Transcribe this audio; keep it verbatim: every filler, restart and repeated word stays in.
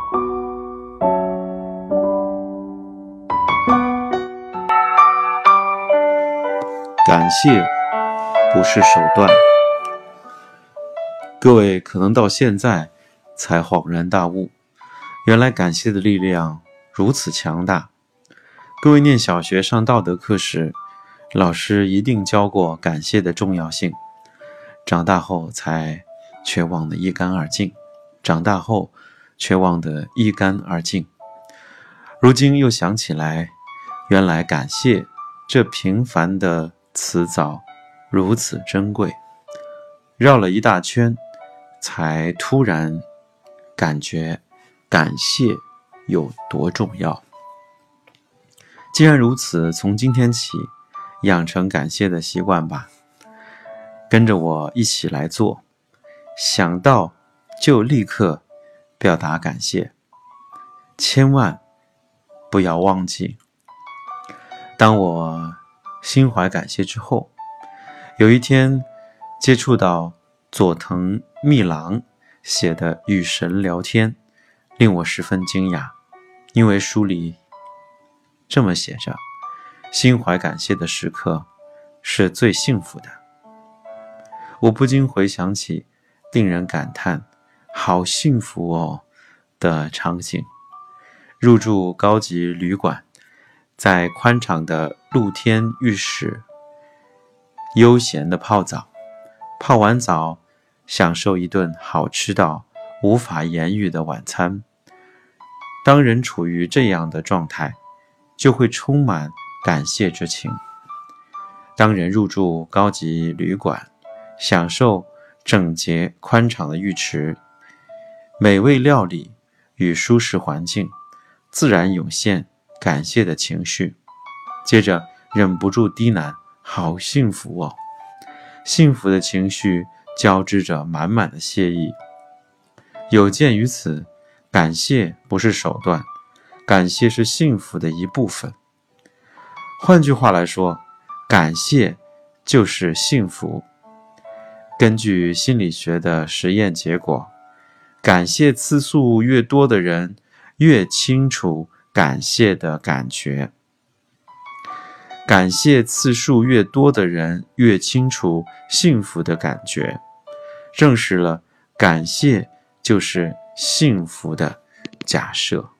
感谢不是手段。各位可能到现在才恍然大悟，原来感谢的力量如此强大。各位念小学上道德课时，老师一定教过感谢的重要性，长大后才却忘得一干二净，长大后却忘得一干二净。如今又想起来，原来感谢这平凡的词藻如此珍贵，绕了一大圈，才突然感觉感谢有多重要。既然如此，从今天起养成感谢的习惯吧，跟着我一起来做，想到就立刻表达感谢，千万不要忘记。当我心怀感谢之后，有一天接触到佐藤密郎写的《与神聊天》，令我十分惊讶，因为书里这么写着：心怀感谢的时刻是最幸福的。我不禁回想起令人感叹好幸福哦的场景，入住高级旅馆，在宽敞的露天浴室悠闲的泡澡，泡完澡享受一顿好吃到无法言语的晚餐。当人处于这样的状态，就会充满感谢之情。当人入住高级旅馆，享受整洁宽敞的浴池、美味料理与舒适环境，自然涌现感谢的情绪，接着忍不住低喃好幸福哦。幸福的情绪交织着满满的谢意。有鉴于此，感谢不是手段，感谢是幸福的一部分。换句话来说，感谢就是幸福。根据心理学的实验结果，感谢次数越多的人，越清楚感谢的感觉。感谢次数越多的人，越清楚幸福的感觉，证实了感谢就是幸福的假设。